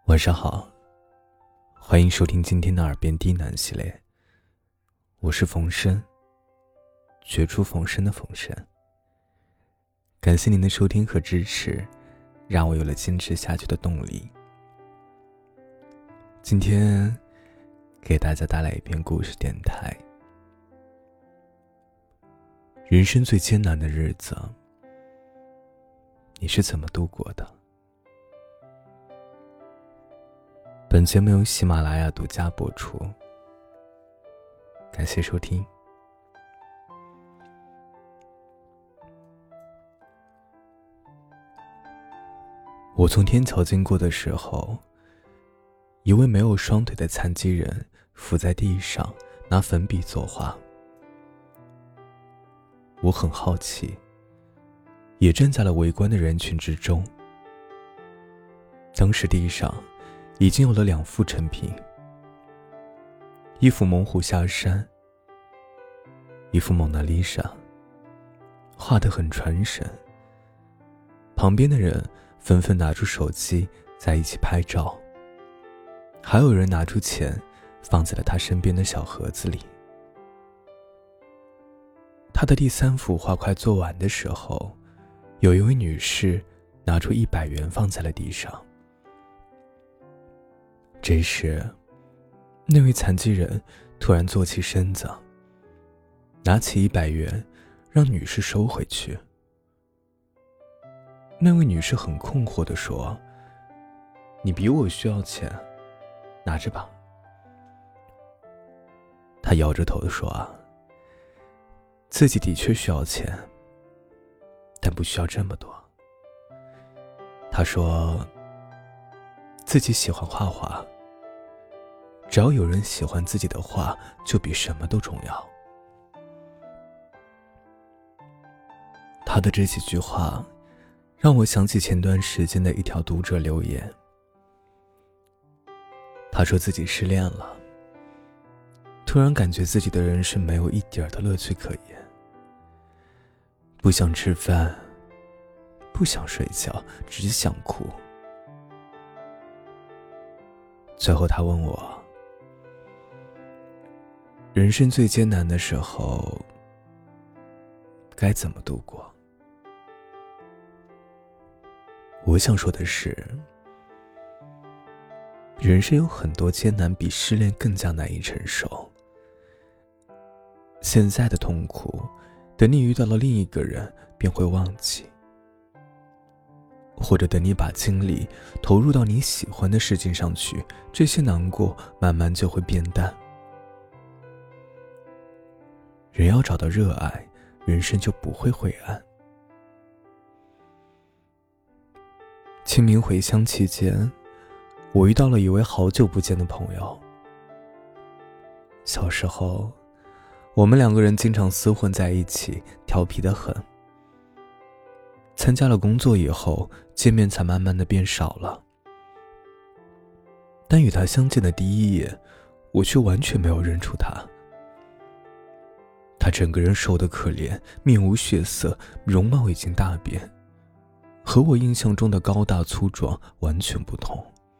晚上好，欢迎收听今天的耳边低喃系列，我是冯生，绝处逢生的冯生。感谢您的收听和支持，让我有了坚持下去的动力。今天给大家带来一篇故事电台。人生最艰难的日子，你是怎么度过的？本节目由喜马拉雅独家播出，感谢收听。我从天桥经过的时候，一位没有双腿的残疾人伏在地上拿粉笔作画。我很好奇，也站在了围观的人群之中。当时地上已经有了2幅成品，一幅猛虎下山，一幅蒙娜丽莎，画得很传神。旁边的人纷纷拿出手机在一起拍照，还有人拿出钱放在了他身边的小盒子里。他的第3幅画快做完的时候，有一位女士拿出100元放在了地上。这时，那位残疾人突然坐起身子，拿起100元让女士收回去。那位女士很困惑地说：“你比我需要钱，拿着吧。”他摇着头说：“自己的确需要钱，但不需要这么多。”他说自己喜欢画画，只要有人喜欢自己的画，就比什么都重要。他的这几句话让我想起前段时间的一条读者留言。他说自己失恋了，突然感觉自己的人生没有一点的乐趣可言，不想吃饭，不想睡觉，只想哭。最后他问我，人生最艰难的时候该怎么度过？我想说的是，人生有很多艰难比失恋更加难以承受。现在的痛苦，等你遇到了另一个人便会忘记，或者等你把精力投入到你喜欢的事情上去，这些难过慢慢就会变淡。人要找到热爱，人生就不会灰暗。清明回乡期间，我遇到了一位好久不见的朋友。小时候，我们2个人经常厮混在一起，调皮得很。参加了工作以后，见面才慢慢的变少了。但与他相见的第一眼，我却完全没有认出他。他整个人瘦得可怜，面无血色，容貌已经大变，和我印象中的高大粗壮完全不同。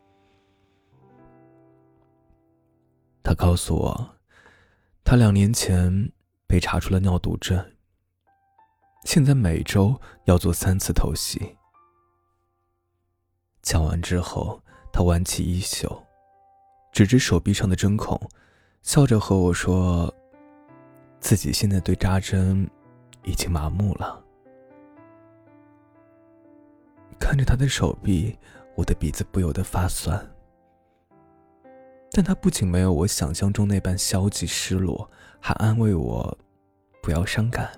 他告诉我，他2年前被查出了尿毒症，现在每周要做3次透析。讲完之后，他挽起衣袖，指着手臂上的针孔，笑着和我说，自己现在对扎针已经麻木了。看着他的手臂，我的鼻子不由得发酸。但他不仅没有我想象中那般消极失落，还安慰我不要伤感。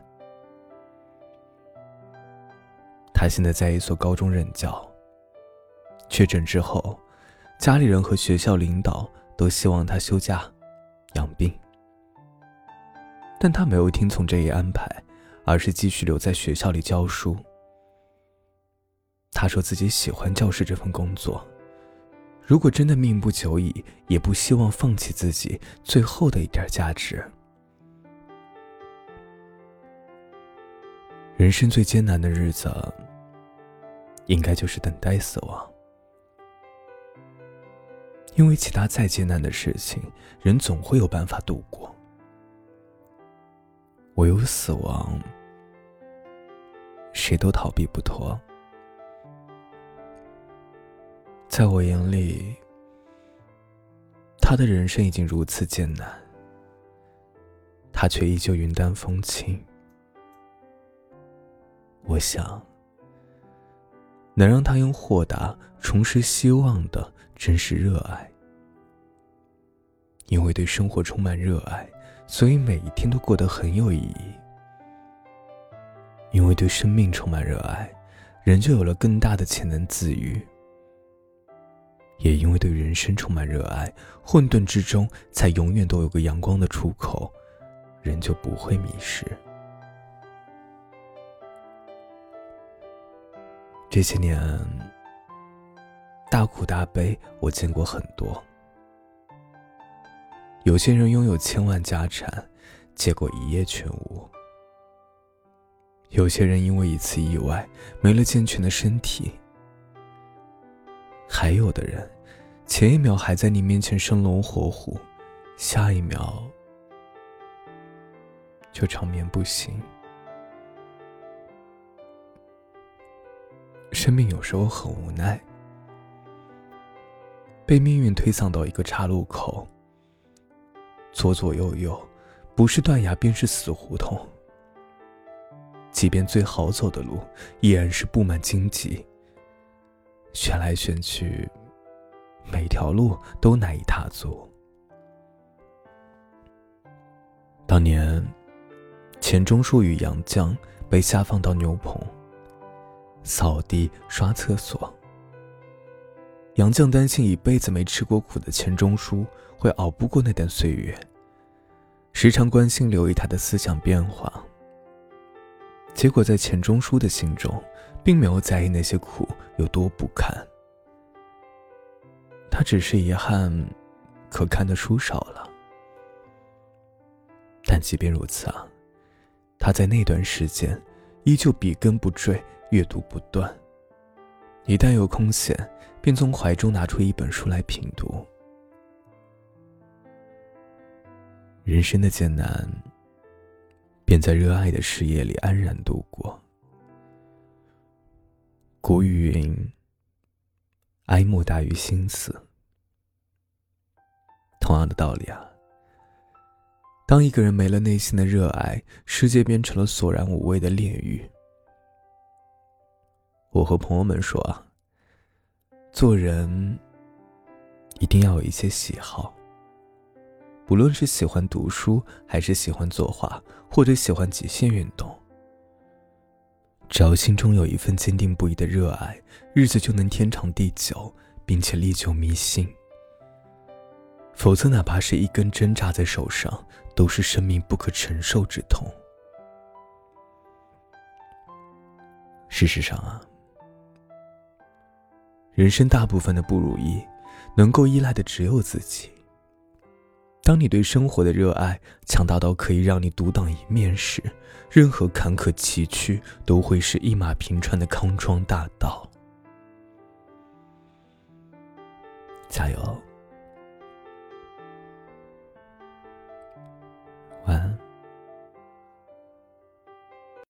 他现在在一所高中任教，确诊之后，家里人和学校领导都希望他休假养病，但他没有听从这一安排，而是继续留在学校里教书。他说自己喜欢教师这份工作，如果真的命不久矣，也不希望放弃自己最后的一点价值。人生最艰难的日子，应该就是等待死亡。 因为其他再艰难的事情，人总会有办法度过。唯有死亡，谁都逃避不脱。在我眼里，他的人生已经如此艰难，他却依旧云淡风轻。我想，能让他用豁达重拾希望的，真是热爱。因为对生活充满热爱，所以每一天都过得很有意义。因为对生命充满热爱，人就有了更大的潜能自愈。也因为对人生充满热爱，混沌之中才永远都有个阳光的出口，人就不会迷失。这些年，大苦大悲我见过很多。有些人拥有千万家产，结果一夜全无；有些人因为一次意外没了健全的身体；还有的人前一秒还在你面前生龙活虎，下一秒就长眠不醒。生命有时候很无奈，被命运推搡到一个岔路口，左左右右，不是断崖便是死胡同。即便最好走的路，依然是布满荆棘，选来选去，每条路都难以踏足。当年，钱钟书与杨绛被下放到牛棚，扫地刷厕所。杨绛担心一辈子没吃过苦的钱钟书会熬不过那段岁月，时常关心留意他的思想变化。结果在钱钟书的心中，并没有在意那些苦有多不堪，他只是遗憾可看的书少了。但即便如此啊，他在那段时间依旧笔耕不辍，阅读不断，一旦有空闲，便从怀中拿出一本书来品读。人生的艰难，便在热爱的事业里安然度过。古语云：哀莫大于心死。同样的道理啊，当一个人没了内心的热爱，世界变成了索然无味的炼狱。我和朋友们说啊，做人一定要有一些喜好，不论是喜欢读书，还是喜欢作画，或者喜欢极限运动，只要心中有一份坚定不移的热爱，日子就能天长地久，并且历久弥新。否则哪怕是一根针扎在手上，都是生命不可承受之痛。事实上啊，人生大部分的不如意，能够依赖的只有自己。当你对生活的热爱强大到可以让你独当一面时，任何坎坷崎岖都会是一马平川的康庄大道。加油！